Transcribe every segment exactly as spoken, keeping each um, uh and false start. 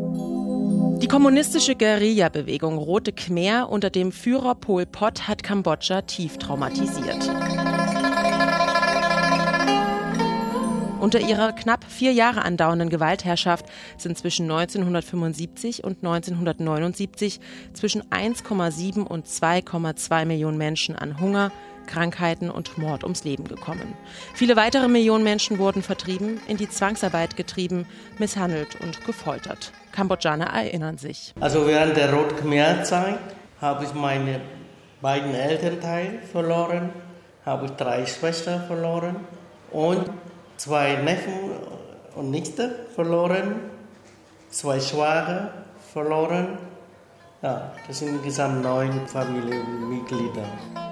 Die kommunistische Guerilla-Bewegung Rote Khmer unter dem Führer Pol Pot hat Kambodscha tief traumatisiert. Unter ihrer knapp vier Jahre andauernden Gewaltherrschaft sind zwischen neunzehnhundertfünfundsiebzig und neunzehnhundertneunundsiebzig zwischen eins Komma sieben und zwei Komma zwei Millionen Menschen an Hunger, Krankheiten und Mord ums Leben gekommen. Viele weitere Millionen Menschen wurden vertrieben, in die Zwangsarbeit getrieben, misshandelt und gefoltert. Kambodschaner erinnern sich. Also während der Rote Khmer-Zeit habe ich meine beiden Elternteile verloren, habe ich drei Schwestern verloren und zwei Neffen und Nichten verloren, zwei Schwager verloren. Ja, das sind insgesamt neun Familienmitglieder.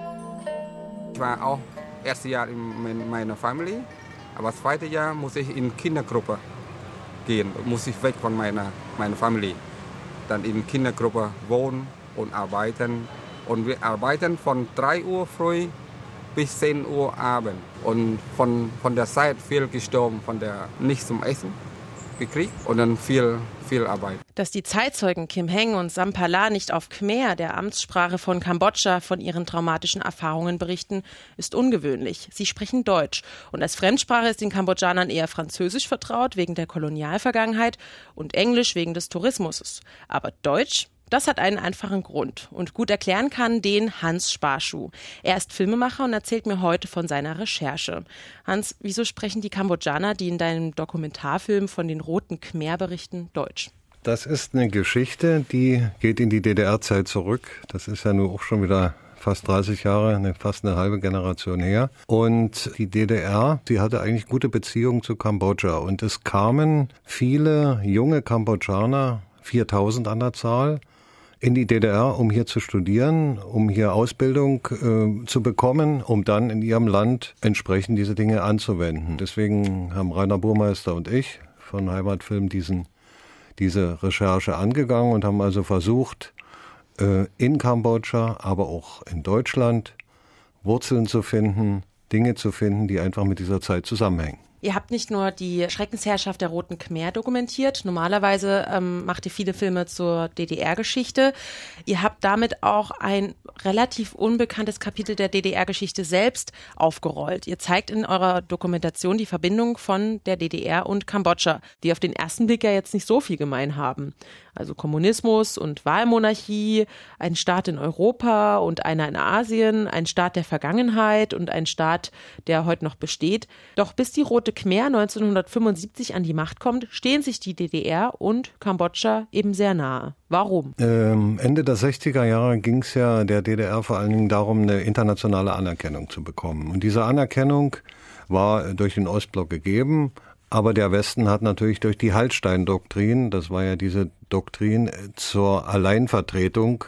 Ich war auch erstes Jahr in meiner Familie, aber das zweite Jahr muss ich in Kindergruppe gehen, muss ich weg von meiner, meiner Familie. Dann in Kindergruppe wohnen und arbeiten. Und wir arbeiten von drei Uhr früh bis zehn Uhr abends. Und von, von der Zeit viel gestorben, von der nicht zum Essen gekriegt und dann viel, viel Arbeit. Dass die Zeitzeugen Kim Heng und Sampala nicht auf Khmer, der Amtssprache von Kambodscha, von ihren traumatischen Erfahrungen berichten, ist ungewöhnlich. Sie sprechen Deutsch. Und als Fremdsprache ist den Kambodschanern eher Französisch vertraut, wegen der Kolonialvergangenheit, und Englisch wegen des Tourismus. Aber Deutsch? Das hat einen einfachen Grund und gut erklären kann den Hans Sparschuh. Er ist Filmemacher und erzählt mir heute von seiner Recherche. Hans, wieso sprechen die Kambodschaner, die in deinem Dokumentarfilm von den Roten Khmer berichten, Deutsch? Das ist eine Geschichte, die geht in die D D R-Zeit zurück. Das ist ja nun auch schon wieder fast dreißig Jahre, eine, fast eine halbe Generation her. Und die D D R, die hatte eigentlich gute Beziehungen zu Kambodscha. Und es kamen viele junge Kambodschaner, viertausend an der Zahl, in die D D R, um hier zu studieren, um hier Ausbildung äh, zu bekommen, um dann in ihrem Land entsprechend diese Dinge anzuwenden. Deswegen haben Rainer Burmeister und ich von Heimatfilm diesen, diese Recherche angegangen und haben also versucht, äh, in Kambodscha, aber auch in Deutschland Wurzeln zu finden, Dinge zu finden, die einfach mit dieser Zeit zusammenhängen. Ihr habt nicht nur die Schreckensherrschaft der Roten Khmer dokumentiert. Normalerweise ähm, macht ihr viele Filme zur D D R-Geschichte. Ihr habt damit auch ein relativ unbekanntes Kapitel der D D R-Geschichte selbst aufgerollt. Ihr zeigt in eurer Dokumentation die Verbindung von der D D R und Kambodscha, die auf den ersten Blick ja jetzt nicht so viel gemein haben. Also Kommunismus und Wahlmonarchie, ein Staat in Europa und einer in Asien, ein Staat der Vergangenheit und ein Staat, der heute noch besteht. Doch bis die Rote Khmer neunzehnhundertfünfundsiebzig an die Macht kommt, stehen sich die D D R und Kambodscha eben sehr nahe. Warum? Ähm, Ende der sechziger Jahre ging es ja der D D R vor allen Dingen darum, eine internationale Anerkennung zu bekommen. Und diese Anerkennung war durch den Ostblock gegeben. Aber der Westen hat natürlich durch die Hallstein-Doktrin, das war ja diese Doktrin zur Alleinvertretung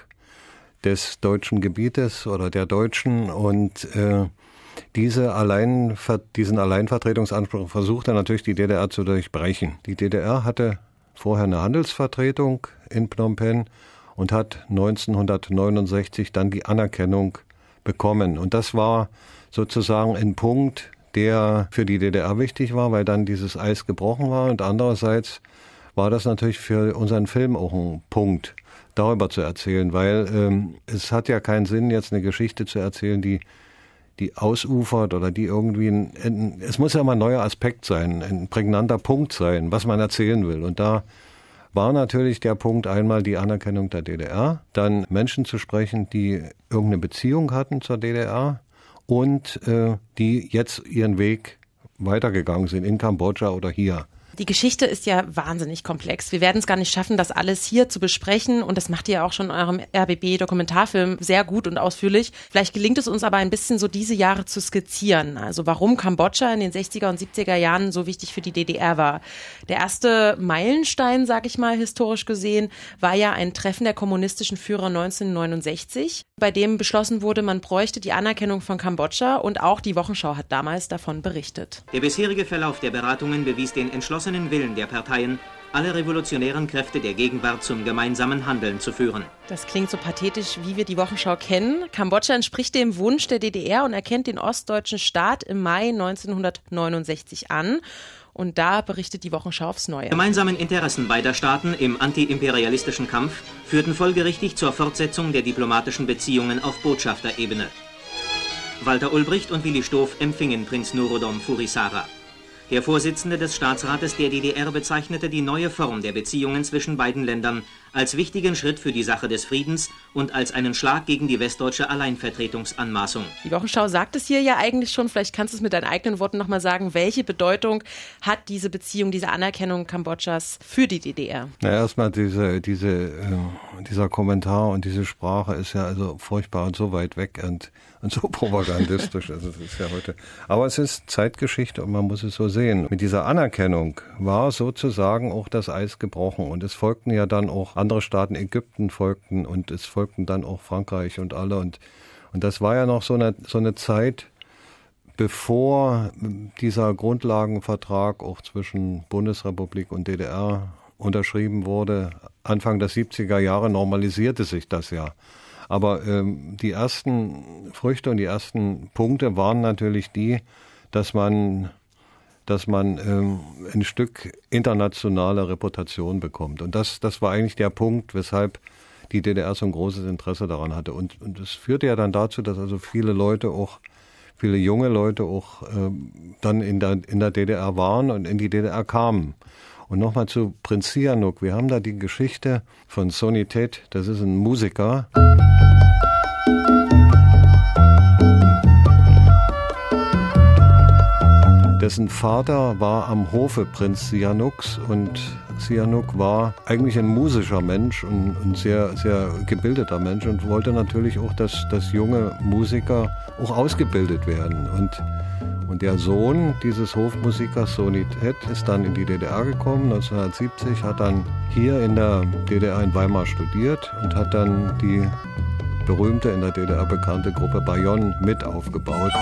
des deutschen Gebietes oder der Deutschen und äh, diese Allein, diesen Alleinvertretungsanspruch versuchte natürlich die D D R zu durchbrechen. Die D D R hatte vorher eine Handelsvertretung in Phnom Penh und hat neunzehnhundertneunundsechzig dann die Anerkennung bekommen. Und das war sozusagen ein Punkt, der für die D D R wichtig war, weil dann dieses Eis gebrochen war. Und andererseits war das natürlich für unseren Film auch ein Punkt, darüber zu erzählen, weil ähm, es hat ja keinen Sinn, jetzt eine Geschichte zu erzählen, die die ausufert oder die irgendwie, ein, ein, es muss ja immer ein neuer Aspekt sein, ein prägnanter Punkt sein, was man erzählen will. Und da war natürlich der Punkt einmal die Anerkennung der D D R, dann Menschen zu sprechen, die irgendeine Beziehung hatten zur D D R, und äh, die jetzt ihren Weg weitergegangen sind in Kambodscha oder hier. Die Geschichte ist ja wahnsinnig komplex. Wir werden es gar nicht schaffen, das alles hier zu besprechen. Und das macht ihr auch schon in eurem R B B-Dokumentarfilm sehr gut und ausführlich. Vielleicht gelingt es uns aber ein bisschen so diese Jahre zu skizzieren. Also warum Kambodscha in den sechziger und siebziger Jahren so wichtig für die D D R war. Der erste Meilenstein, sag ich mal, historisch gesehen, war ja ein Treffen der kommunistischen Führer neunzehnhundertneunundsechzig, bei dem beschlossen wurde, man bräuchte die Anerkennung von Kambodscha. Und auch die Wochenschau hat damals davon berichtet. Der bisherige Verlauf der Beratungen bewies den entschlossenen Willen der Parteien, alle revolutionären Kräfte der Gegenwart zum gemeinsamen Handeln zu führen. Das klingt so pathetisch, wie wir die Wochenschau kennen. Kambodscha entspricht dem Wunsch der D D R und erkennt den ostdeutschen Staat im Mai neunzehnhundertneunundsechzig an. Und da berichtet die Wochenschau aufs Neue. Die gemeinsamen Interessen beider Staaten im antiimperialistischen Kampf führten folgerichtig zur Fortsetzung der diplomatischen Beziehungen auf Botschafterebene. Walter Ulbricht und Willi Stoph empfingen Prinz Norodom Furisara. Der Vorsitzende des Staatsrates der D D R bezeichnete die neue Form der Beziehungen zwischen beiden Ländern als wichtigen Schritt für die Sache des Friedens und als einen Schlag gegen die westdeutsche Alleinvertretungsanmaßung. Die Wochenschau sagt es hier ja eigentlich schon, vielleicht kannst du es mit deinen eigenen Worten nochmal sagen, welche Bedeutung hat diese Beziehung, diese Anerkennung Kambodschas für die D D R? Na, erstmal diese, diese, äh, dieser Kommentar und diese Sprache ist ja also furchtbar und so weit weg und, und so propagandistisch. Also das ist ja heute. Aber es ist Zeitgeschichte und man muss es so sehen. Mit dieser Anerkennung war sozusagen auch das Eis gebrochen und es folgten ja dann auch andere Staaten, Ägypten folgten und es folgten dann auch Frankreich und alle und, und das war ja noch so eine, so eine Zeit, bevor dieser Grundlagenvertrag auch zwischen Bundesrepublik und D D R unterschrieben wurde. Anfang der siebziger Jahre normalisierte sich das ja. Aber ähm, die ersten Früchte und die ersten Punkte waren natürlich die, dass man dass man ähm, ein Stück internationale Reputation bekommt. Und das, das war eigentlich der Punkt, weshalb die D D R so ein großes Interesse daran hatte. Und, und das führte ja dann dazu, dass also viele Leute auch, viele junge Leute auch ähm, dann in der, in der D D R waren und in die D D R kamen. Und nochmal zu Prinz Sihanouk. Wir haben da die Geschichte von Sonny Tet, das ist ein Musiker. Dessen Vater war am Hofe Prinz Sihanouks und Sihanouk war eigentlich ein musischer Mensch und ein sehr, sehr gebildeter Mensch und wollte natürlich auch, dass, dass junge Musiker auch ausgebildet werden. Und, und der Sohn dieses Hofmusikers, Sonny Tet, ist dann in die D D R gekommen, neunzehnhundertsiebzig, hat dann hier in der D D R in Weimar studiert und hat dann die berühmte, in der D D R bekannte Gruppe Bayonne mit aufgebaut.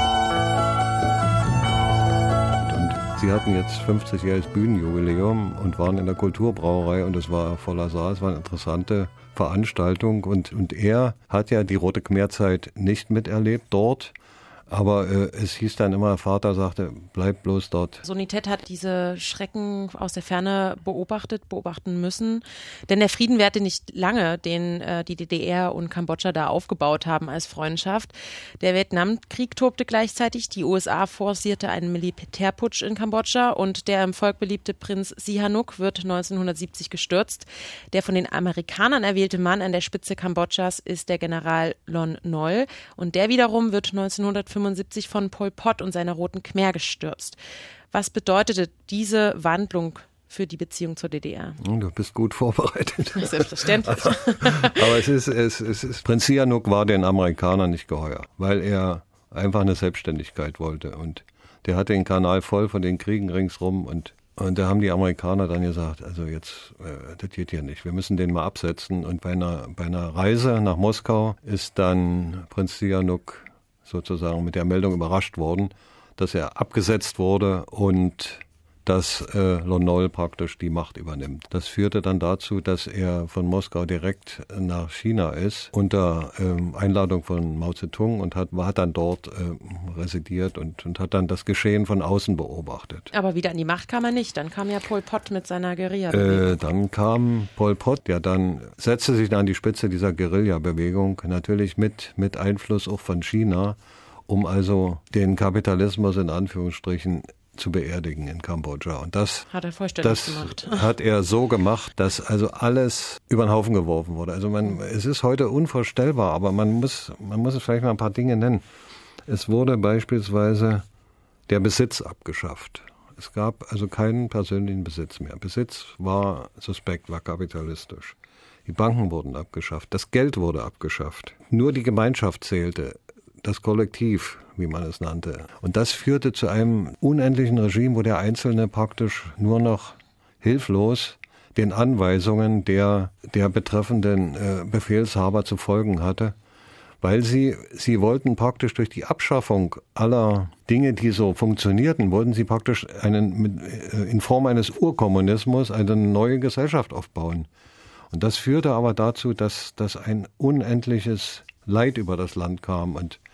Sie hatten jetzt fünfzigjähriges Bühnenjubiläum und waren in der Kulturbrauerei und es war voller Saal, es war eine interessante Veranstaltung und, und er hat ja die Rote Khmer-Zeit nicht miterlebt dort. Aber äh, es hieß dann immer, Vater sagte, bleib bloß dort. Sonny Tet hat diese Schrecken aus der Ferne beobachtet, beobachten müssen. Denn der Frieden währte nicht lange, den äh, die D D R und Kambodscha da aufgebaut haben als Freundschaft. Der Vietnamkrieg tobte gleichzeitig. Die U S A forcierte einen Militärputsch in Kambodscha und der im Volk beliebte Prinz Sihanouk wird neunzehnhundertsiebzig gestürzt. Der von den Amerikanern erwählte Mann an der Spitze Kambodschas ist der General Lon Nol und der wiederum wird neunzehnhundertfünfundsiebzig von Pol Pot und seiner Roten Khmer gestürzt. Was bedeutete diese Wandlung für die Beziehung zur D D R? Du bist gut vorbereitet. Selbstverständlich. Aber es ist, es, es ist, Prinz Sihanouk war den Amerikanern nicht geheuer, weil er einfach eine Selbstständigkeit wollte. Und der hatte den Kanal voll von den Kriegen ringsrum und Und da haben die Amerikaner dann gesagt, also jetzt, äh, das geht hier nicht, wir müssen den mal absetzen. Und bei einer, bei einer Reise nach Moskau ist dann Prinz Sihanouk sozusagen mit der Meldung überrascht worden, dass er abgesetzt wurde und dass äh, Lon Nol praktisch die Macht übernimmt. Das führte dann dazu, dass er von Moskau direkt nach China ist, unter ähm, Einladung von Mao Zedong und hat, hat dann dort äh, residiert und, und hat dann das Geschehen von außen beobachtet. Aber wieder an die Macht kam er nicht. Dann kam ja Pol Pot mit seiner Guerilla. Äh, dann kam Pol Pot, der dann setzte sich dann an die Spitze dieser Guerilla-Bewegung, natürlich mit, mit Einfluss auch von China, um also den Kapitalismus in Anführungsstrichen zu beerdigen in Kambodscha. Und das hat er vollständig das gemacht. hat er so gemacht, dass also alles über den Haufen geworfen wurde. Also man, es ist heute unvorstellbar, aber man muss, man muss es vielleicht mal ein paar Dinge nennen. Es wurde beispielsweise der Besitz abgeschafft. Es gab also keinen persönlichen Besitz mehr. Besitz war suspekt, war kapitalistisch. Die Banken wurden abgeschafft. Das Geld wurde abgeschafft. Nur die Gemeinschaft zählte. Das Kollektiv, wie man es nannte. Und das führte zu einem unendlichen Regime, wo der Einzelne praktisch nur noch hilflos den Anweisungen der, der betreffenden äh, Befehlshaber zu folgen hatte, weil sie, sie wollten praktisch durch die Abschaffung aller Dinge, die so funktionierten, wollten sie praktisch einen, mit, äh, in Form eines Urkommunismus eine neue Gesellschaft aufbauen. Und das führte aber dazu, dass, dass ein unendliches Leid über das Land kam und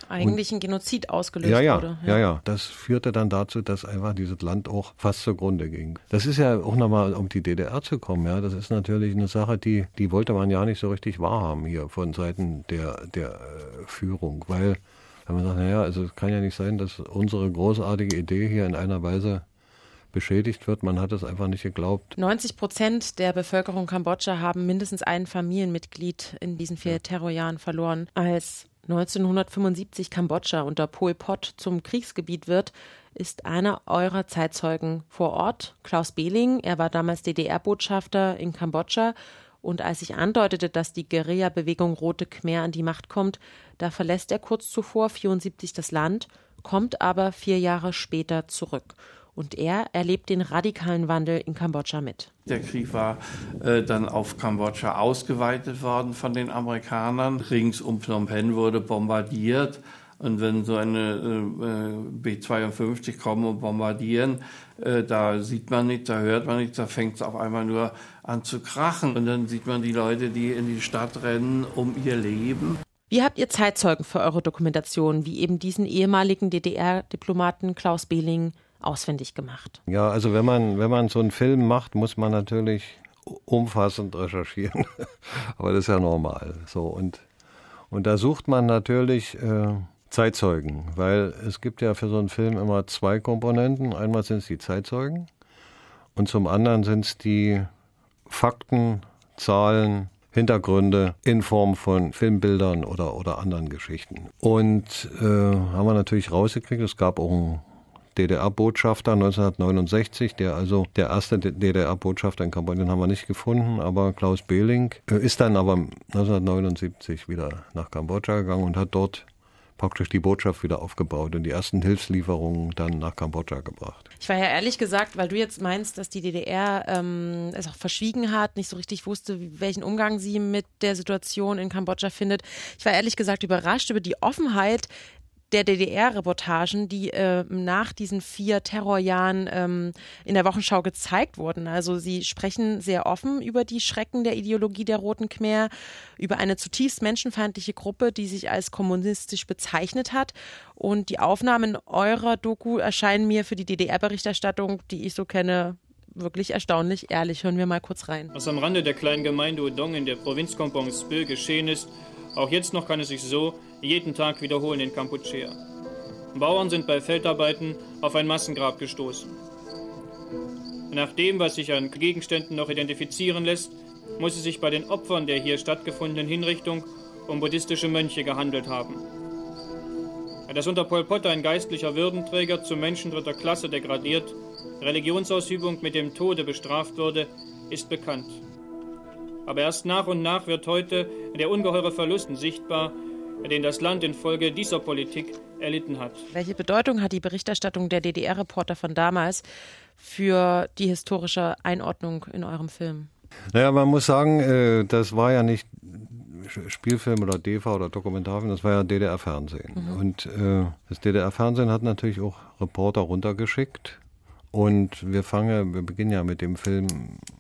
eigentlich ein Genozid ausgelöst ja, ja, wurde. Ja. ja, ja. Das führte dann dazu, dass einfach dieses Land auch fast zugrunde ging. Das ist ja auch nochmal, um die D D R zu kommen, ja, das ist natürlich eine Sache, die, die wollte man ja nicht so richtig wahrhaben hier von Seiten der, der äh, Führung, weil, wenn man sagt, naja, also es kann ja nicht sein, dass unsere großartige Idee hier in einer Weise beschädigt wird. Man hat es einfach nicht geglaubt. neunzig Prozent der Bevölkerung Kambodscha haben mindestens ein Familienmitglied in diesen vier ja. Terrorjahren verloren. Als neunzehnhundertfünfundsiebzig Kambodscha unter Pol Pot zum Kriegsgebiet wird, ist einer eurer Zeitzeugen vor Ort, Klaus Behling. Er war damals D D R-Botschafter in Kambodscha. Und als sich andeutete, dass die Guerilla-Bewegung Rote Khmer an die Macht kommt, da verlässt er kurz zuvor, vierundsiebzig, das Land, kommt aber vier Jahre später zurück. Und er erlebt den radikalen Wandel in Kambodscha mit. Der Krieg war äh, dann auf Kambodscha ausgeweitet worden von den Amerikanern. Rings um Phnom Penh wurde bombardiert. Und wenn so eine äh, B zweiundfünfzig kommen und bombardieren, äh, da sieht man nichts, da hört man nichts, da fängt es auf einmal nur an zu krachen. Und dann sieht man die Leute, die in die Stadt rennen um ihr Leben. Wie habt ihr Zeitzeugen für eure Dokumentation, wie eben diesen ehemaligen D D R-Diplomaten Klaus Behling, ausfindig gemacht? Ja, also wenn man, wenn man so einen Film macht, muss man natürlich umfassend recherchieren. Aber das ist ja normal. So, und, und da sucht man natürlich äh, Zeitzeugen, weil es gibt ja für so einen Film immer zwei Komponenten. Einmal sind es die Zeitzeugen und zum anderen sind es die Fakten, Zahlen, Hintergründe in Form von Filmbildern oder, oder anderen Geschichten. Und äh, haben wir natürlich rausgekriegt, es gab auch einen D D R-Botschafter neunzehnhundertneunundsechzig, der also der erste D D R-Botschafter in Kambodja, haben wir nicht gefunden, aber Klaus Behling ist dann aber neunzehnhundertneunundsiebzig wieder nach Kambodscha gegangen und hat dort praktisch die Botschaft wieder aufgebaut und die ersten Hilfslieferungen dann nach Kambodscha gebracht. Ich war ja ehrlich gesagt, weil du jetzt meinst, dass die D D R ähm, es auch verschwiegen hat, nicht so richtig wusste, welchen Umgang sie mit der Situation in Kambodscha findet. Ich war ehrlich gesagt überrascht über die Offenheit der D D R-Reportagen, die äh, nach diesen vier Terrorjahren ähm, in der Wochenschau gezeigt wurden. Also sie sprechen sehr offen über die Schrecken der Ideologie der Roten Khmer, über eine zutiefst menschenfeindliche Gruppe, die sich als kommunistisch bezeichnet hat. Und die Aufnahmen eurer Doku erscheinen mir für die D D R-Berichterstattung, die ich so kenne, wirklich erstaunlich ehrlich. Hören wir mal kurz rein. Was am Rande der kleinen Gemeinde Udong in der Provinz Kompong Spil geschehen ist, auch jetzt noch kann es sich so jeden Tag wiederholen in Kampuchea. Bauern sind bei Feldarbeiten auf ein Massengrab gestoßen. Nach dem, was sich an Gegenständen noch identifizieren lässt, muss es sich bei den Opfern der hier stattgefundenen Hinrichtung um buddhistische Mönche gehandelt haben. Dass unter Pol Pot ein geistlicher Würdenträger zum Menschen dritter Klasse degradiert, Religionsausübung mit dem Tode bestraft wurde, ist bekannt. Aber erst nach und nach wird heute der ungeheure Verlust sichtbar, den das Land infolge dieser Politik erlitten hat. Welche Bedeutung hat die Berichterstattung der D D R-Reporter von damals für die historische Einordnung in eurem Film? Naja, man muss sagen, das war ja nicht Spielfilm oder D V oder Dokumentarfilm, das war ja D D R-Fernsehen. Mhm. Und das D D R-Fernsehen hat natürlich auch Reporter runtergeschickt. Und wir fangen, wir beginnen ja mit dem Film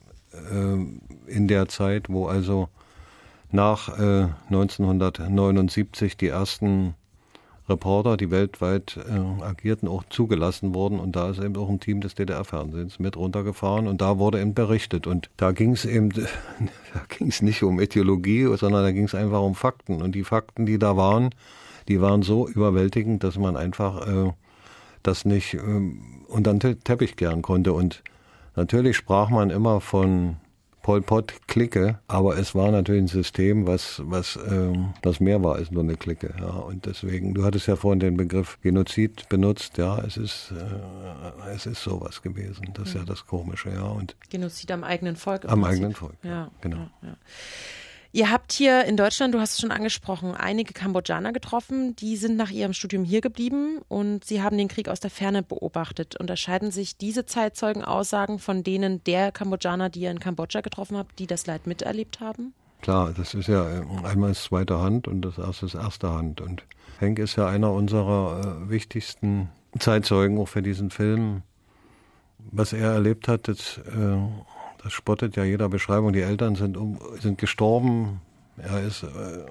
in der Zeit, wo also nach äh, neunzehnhundertneunundsiebzig die ersten Reporter, die weltweit äh, agierten, auch zugelassen wurden. Und da ist eben auch ein Team des D D R-Fernsehens mit runtergefahren und da wurde eben berichtet. Und da ging es eben, da ging es nicht um Ideologie, sondern da ging es einfach um Fakten. Und die Fakten, die da waren, die waren so überwältigend, dass man einfach äh, das nicht äh, unter den Teppich kehren konnte. Und natürlich sprach man immer von Pol Pot-Clique, aber es war natürlich ein System, was, was ähm, das mehr war als nur eine Clique. Ja. Und deswegen, du hattest ja vorhin den Begriff Genozid benutzt, ja, es ist, äh, es ist sowas gewesen. Das ist ja, ja das Komische, ja. Und Genozid am eigenen Volk. Am Prinzip. eigenen Volk, ja, ja genau. Ja, ja. Ihr habt hier in Deutschland, du hast es schon angesprochen, einige Kambodschaner getroffen, die sind nach ihrem Studium hier geblieben und sie haben den Krieg aus der Ferne beobachtet. Unterscheiden sich diese Zeitzeugenaussagen von denen der Kambodschaner, die ihr in Kambodscha getroffen habt, die das Leid miterlebt haben? Klar, das ist ja einmal ist zweite Hand und das erste ist erste Hand. Und Henk ist ja einer unserer äh, wichtigsten Zeitzeugen auch für diesen Film. Was er erlebt hat, das äh, Das spottet ja jeder Beschreibung. Die Eltern sind, um, sind gestorben. Er ist äh,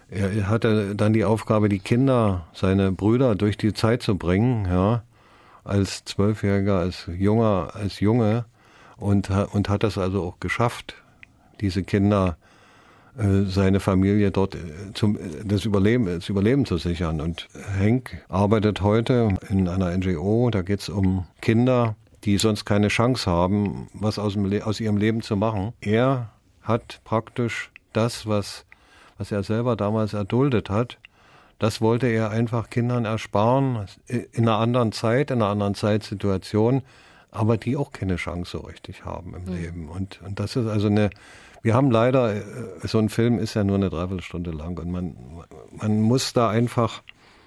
er hatte dann die Aufgabe, die Kinder, seine Brüder durch die Zeit zu bringen, ja, als Zwölfjähriger, als Junger, als Junge und, und hat das also auch geschafft, diese Kinder, äh, seine Familie dort äh, zum das Überleben, das Überleben zu sichern. Und Henk arbeitet heute in einer N G O, da geht es um Kinder, die sonst keine Chance haben, was aus, dem Le- aus ihrem Leben zu machen. Er hat praktisch das, was, was er selber damals erduldet hat, das wollte er einfach Kindern ersparen, in einer anderen Zeit, in einer anderen Zeitsituation, aber die auch keine Chance so richtig haben im mhm. Leben. Und, und das ist also eine, wir haben leider, so ein Film ist ja nur eine Dreiviertelstunde lang und man, man muss da einfach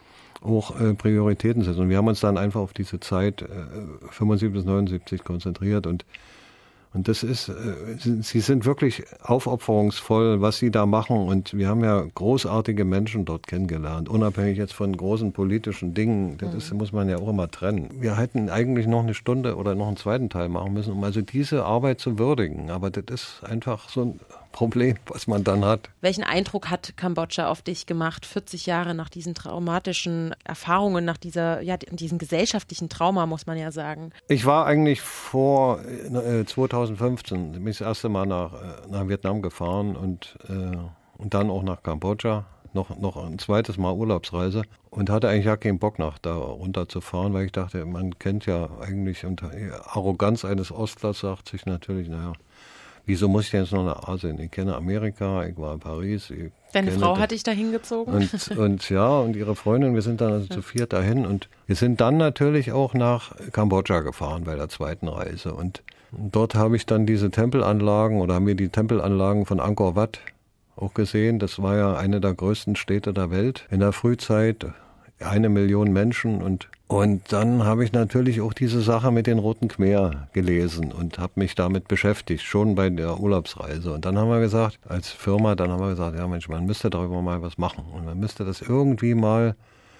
auch äh, Prioritäten setzen. Und wir haben uns dann einfach auf diese Zeit äh, fünfundsiebzig bis neunundsiebzig konzentriert und Und das ist, sie sind wirklich aufopferungsvoll, was sie da machen. Und wir haben ja großartige Menschen dort kennengelernt, unabhängig jetzt von großen politischen Dingen. Das ist, muss man ja auch immer trennen. Wir hätten eigentlich noch eine Stunde oder noch einen zweiten Teil machen müssen, um also diese Arbeit zu würdigen. Aber das ist einfach so ein Problem, was man dann hat. Welchen Eindruck hat Kambodscha auf dich gemacht, vierzig Jahre nach diesen traumatischen Erfahrungen, nach dieser, ja, diesem gesellschaftlichen Trauma, muss man ja sagen? Ich war eigentlich vor äh, zweitausendfünfzehn, bin ich das erste Mal nach, nach Vietnam gefahren und, äh, und dann auch nach Kambodscha. Noch, noch ein zweites Mal Urlaubsreise und hatte eigentlich ja keinen Bock nach da runterzufahren, weil ich dachte, man kennt ja eigentlich, und die Arroganz eines Ostlers sagt sich natürlich, naja, wieso muss ich denn jetzt noch nach Asien? Ich kenne Amerika, ich war in Paris. Deine Frau hat dich dahin gezogen? Und, und ja, und ihre Freundin, wir sind dann also ja. zu viert dahin und wir sind dann natürlich auch nach Kambodscha gefahren bei der zweiten Reise und dort habe ich dann diese Tempelanlagen oder haben wir die Tempelanlagen von Angkor Wat auch gesehen. Das war ja eine der größten Städte der Welt in der Frühzeit, eine Million Menschen und Und dann habe ich natürlich auch diese Sache mit den Roten Khmer gelesen und habe mich damit beschäftigt, schon bei der Urlaubsreise. Und dann haben wir gesagt, als Firma, dann haben wir gesagt, ja Mensch, man müsste darüber mal was machen. Und man müsste das irgendwie mal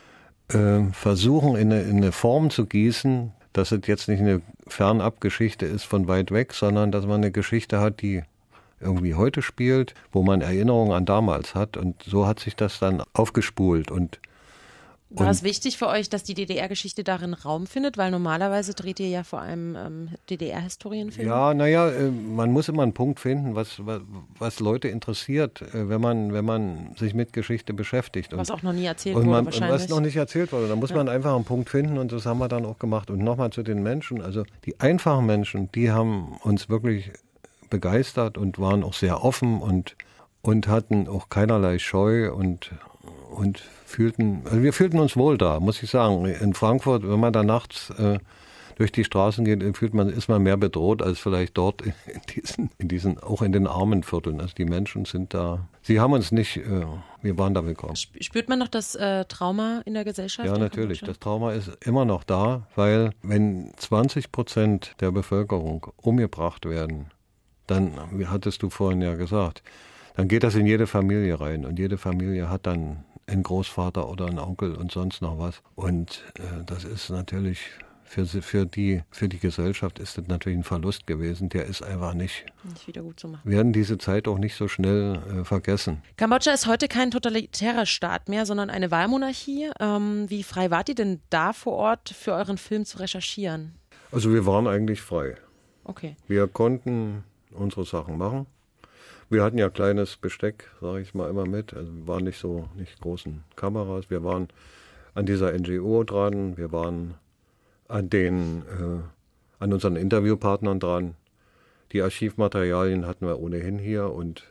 äh, versuchen, in eine, in eine Form zu gießen, dass es jetzt nicht eine Fernabgeschichte ist von weit weg, sondern dass man eine Geschichte hat, die irgendwie heute spielt, wo man Erinnerungen an damals hat. Und so hat sich das dann aufgespult und War es wichtig für euch, dass die D D R-Geschichte darin Raum findet? Weil normalerweise dreht ihr ja vor allem ähm, D D R-Historienfilme. Ja, naja, äh, man muss immer einen Punkt finden, was, was, was Leute interessiert, äh, wenn man, wenn man sich mit Geschichte beschäftigt. Was und, auch noch nie erzählt und wurde man, wahrscheinlich. Und was noch nicht erzählt wurde. Da muss ja. man einfach einen Punkt finden und das haben wir dann auch gemacht. Und nochmal zu den Menschen. Also die einfachen Menschen, die haben uns wirklich begeistert und waren auch sehr offen und, und hatten auch keinerlei Scheu und und fühlten, also wir fühlten uns wohl da, muss ich sagen. In Frankfurt, wenn man da nachts äh, durch die Straßen geht, fühlt man, ist man mehr bedroht als vielleicht dort in diesen, in diesen, auch in den armen Vierteln. Also die Menschen sind da, sie haben uns nicht, äh, wir waren da willkommen. Spürt man noch das äh, Trauma in der Gesellschaft? Ja, natürlich. Das Trauma ist immer noch da, weil wenn zwanzig Prozent der Bevölkerung umgebracht werden, dann, wie hattest du vorhin ja gesagt, dann geht das in jede Familie rein und jede Familie hat dann einen Großvater oder einen Onkel und sonst noch was. Und äh, das ist natürlich für, für, die, für die Gesellschaft ist das natürlich ein Verlust gewesen. Der ist einfach nicht, nicht wieder gut zu machen. Wir werden diese Zeit auch nicht so schnell äh, vergessen. Kambodscha ist heute kein totalitärer Staat mehr, sondern eine Wahlmonarchie. Ähm, wie frei wart ihr denn da vor Ort für euren Film zu recherchieren? Also wir waren eigentlich frei. Okay. Wir konnten unsere Sachen machen. Wir hatten ja kleines Besteck, sage ich mal, immer mit. Also wir waren nicht so, nicht großen Kameras. Wir waren an dieser N G O dran. Wir waren an den, äh, an unseren Interviewpartnern dran. Die Archivmaterialien hatten wir ohnehin hier und,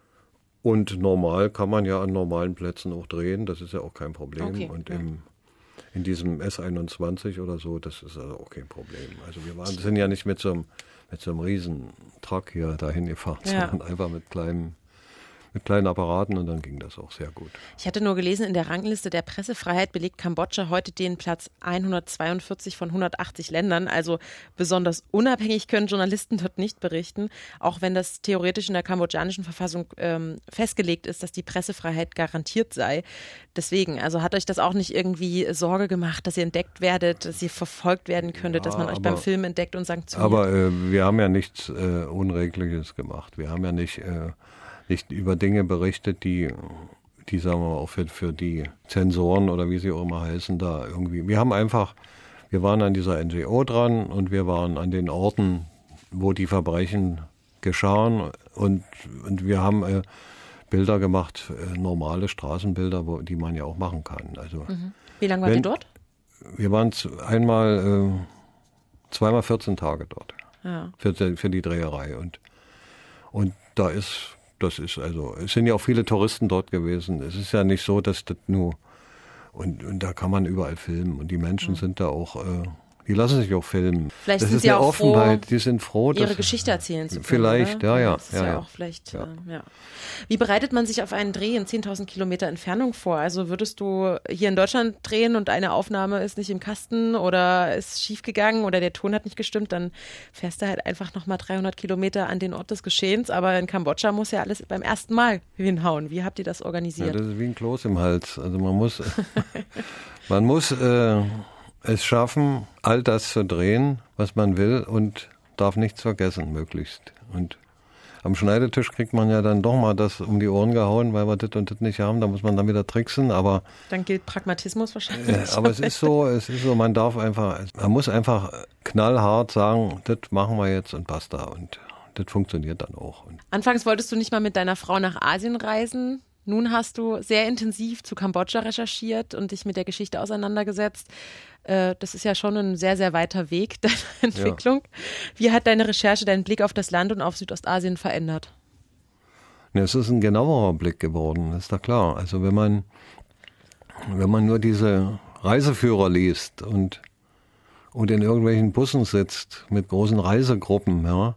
und normal kann man ja an normalen Plätzen auch drehen. Das ist ja auch kein Problem. Okay, und ja. im, in diesem S einundzwanzig oder so, das ist also auch kein Problem. Also wir waren, sind ja nicht mit so einem mit so einem riesen Truck hier dahin gefahren, ja. sondern einfach mit kleinen, mit kleinen Apparaten und dann ging das auch sehr gut. Ich hatte nur gelesen, in der Rangliste der Pressefreiheit belegt Kambodscha heute den Platz hundertzweiundvierzig von hundertachtzig Ländern. Also besonders unabhängig können Journalisten dort nicht berichten, auch wenn das theoretisch in der kambodschanischen Verfassung ähm, festgelegt ist, dass die Pressefreiheit garantiert sei. Deswegen, also hat euch das auch nicht irgendwie Sorge gemacht, dass ihr entdeckt werdet, dass ihr verfolgt werden könntet, ja, dass man euch aber, beim Film entdeckt und sanktioniert? Aber äh, wir haben ja nichts äh, Unregliches gemacht. Wir haben ja nicht... Äh, nicht über Dinge berichtet, die die sagen wir mal auch für, für die Zensoren oder wie sie auch immer heißen, da irgendwie. Wir haben einfach, wir waren an dieser N G O dran und wir waren an den Orten, wo die Verbrechen geschahen und, und wir haben äh, Bilder gemacht, äh, normale Straßenbilder, wo, die man ja auch machen kann. Also, mhm. Wie lange wart ihr dort? Wir waren einmal, äh, zweimal vierzehn Tage dort ja. für, für die Dreherei und, und da ist, das ist also, es sind ja auch viele Touristen dort gewesen. Es ist ja nicht so, dass das nur, und, und da kann man überall filmen und die Menschen mhm. sind da auch, äh, die lassen sich auch filmen. Vielleicht das sind ist sie eine auch Offenheit, froh, die sind froh, ihre dass, Geschichte erzählen zu können. Vielleicht, oder? ja, ja. Das ist ja, ja, ja auch vielleicht, ja. Äh, ja. Wie bereitet man sich auf einen Dreh in zehntausend Kilometer Entfernung vor? Also würdest du hier in Deutschland drehen und eine Aufnahme ist nicht im Kasten oder ist schiefgegangen oder der Ton hat nicht gestimmt, dann fährst du halt einfach nochmal dreihundert Kilometer an den Ort des Geschehens. Aber in Kambodscha muss ja alles beim ersten Mal hinhauen. Wie habt ihr das organisiert? Ja, das ist wie ein Kloß im Hals. Also man muss, man muss äh, es schaffen, all das zu drehen, was man will und darf nichts vergessen, möglichst. Und am Schneidetisch kriegt man ja dann doch mal das um die Ohren gehauen, weil wir das und das nicht haben, da muss man dann wieder tricksen, aber... Dann gilt Pragmatismus wahrscheinlich. Äh, aber es ist so, es ist so, man darf einfach, man muss einfach knallhart sagen, das machen wir jetzt und basta und das funktioniert dann auch. Und anfangs wolltest du nicht mal mit deiner Frau nach Asien reisen. Nun hast du sehr intensiv zu Kambodscha recherchiert und dich mit der Geschichte auseinandergesetzt. Das ist ja schon ein sehr, sehr weiter Weg, deine Entwicklung. Ja. Wie hat deine Recherche deinen Blick auf das Land und auf Südostasien verändert? Ja, es ist ein genauerer Blick geworden, ist doch klar. Also wenn man, wenn man nur diese Reiseführer liest und, und in irgendwelchen Bussen sitzt mit großen Reisegruppen, ja,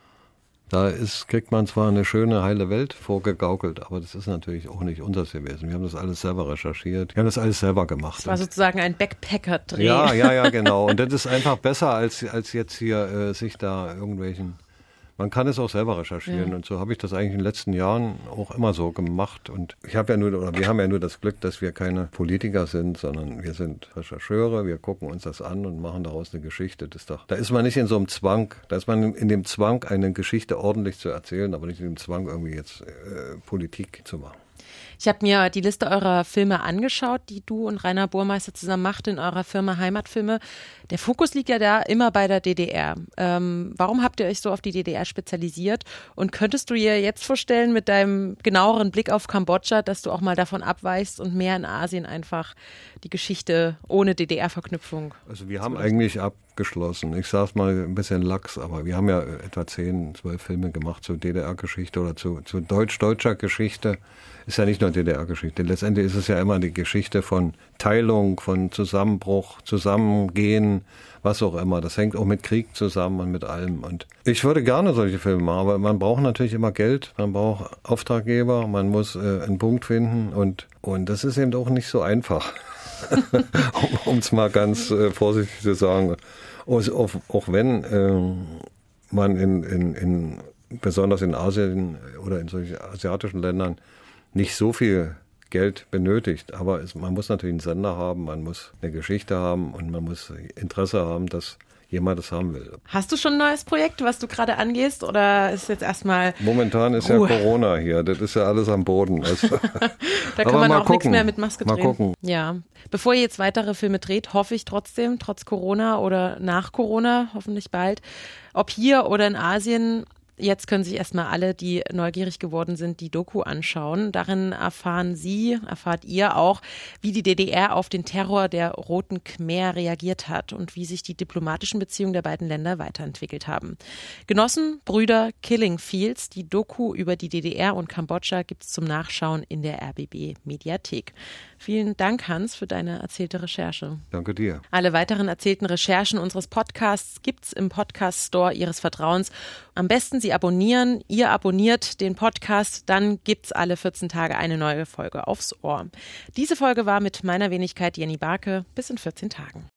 da ist, kriegt man zwar eine schöne, heile Welt vorgegaukelt, aber das ist natürlich auch nicht unseres gewesen. Wir haben das alles selber recherchiert. Wir haben das alles selber gemacht. Das war sozusagen ein Backpacker-Dreh. Ja, ja, ja, genau. Und das ist einfach besser, als, als jetzt hier äh, sich da irgendwelchen... Man kann es auch selber recherchieren ja. Und so habe ich das eigentlich in den letzten Jahren auch immer so gemacht. Und ich habe ja nur, oder wir haben ja nur das Glück, dass wir keine Politiker sind, sondern wir sind Rechercheure, wir gucken uns das an und machen daraus eine Geschichte. Das ist doch, da ist man nicht in so einem Zwang, da ist man in dem Zwang, eine Geschichte ordentlich zu erzählen, aber nicht in dem Zwang, irgendwie jetzt äh, Politik zu machen. Ich habe mir die Liste eurer Filme angeschaut, die du und Rainer Burmeister zusammen macht in eurer Firma Heimatfilme. Der Fokus liegt ja da immer bei der D D R. Ähm, warum habt ihr euch so auf die D D R spezialisiert? Und könntest du dir jetzt vorstellen, mit deinem genaueren Blick auf Kambodscha, dass du auch mal davon abweichst und mehr in Asien einfach die Geschichte ohne D D R-Verknüpfung? Also wir haben eigentlich abgeschlossen. Ich sage es mal ein bisschen lax, aber wir haben ja etwa zehn, zwölf Filme gemacht zur D D R-Geschichte oder zu, zu deutsch-deutscher Geschichte. Ist ja nicht nur D D R-Geschichte. Letztendlich ist es ja immer die Geschichte von Teilung, von Zusammenbruch, Zusammengehen, was auch immer. Das hängt auch mit Krieg zusammen und mit allem. Und ich würde gerne solche Filme machen, aber man braucht natürlich immer Geld, man braucht Auftraggeber, man muss äh, einen Punkt finden und, und das ist eben auch nicht so einfach, um es mal ganz äh, vorsichtig zu sagen. Auch, auch, auch wenn äh, man in, in, in besonders in Asien oder in solchen asiatischen Ländern nicht so viel Geld benötigt, aber es, man muss natürlich einen Sender haben, man muss eine Geschichte haben und man muss Interesse haben, dass jemand das haben will. Hast du schon ein neues Projekt, was du gerade angehst oder ist jetzt erstmal Momentan ist Ruhe. Ja Corona hier, das ist ja alles am Boden. Also da kann man auch gucken. nichts mehr mit Maske mal drehen. Gucken. Ja, bevor ihr jetzt weitere Filme dreht, hoffe ich trotzdem, trotz Corona oder nach Corona, hoffentlich bald, ob hier oder in Asien. Jetzt können sich erstmal alle, die neugierig geworden sind, die Doku anschauen. Darin erfahren Sie, erfahrt ihr auch, wie die D D R auf den Terror der Roten Khmer reagiert hat und wie sich die diplomatischen Beziehungen der beiden Länder weiterentwickelt haben. Genossen, Brüder, Killing Fields, die Doku über die D D R und Kambodscha gibt es zum Nachschauen in der R B B Mediathek. Vielen Dank, Hans, für deine erzählte Recherche. Danke dir. Alle weiteren erzählten Recherchen unseres Podcasts gibt's im Podcast-Store Ihres Vertrauens. Am besten Sie abonnieren. Ihr abonniert den Podcast, dann gibt's alle vierzehn Tage eine neue Folge aufs Ohr. Diese Folge war mit meiner Wenigkeit Jenny Barke. Bis in vierzehn Tagen.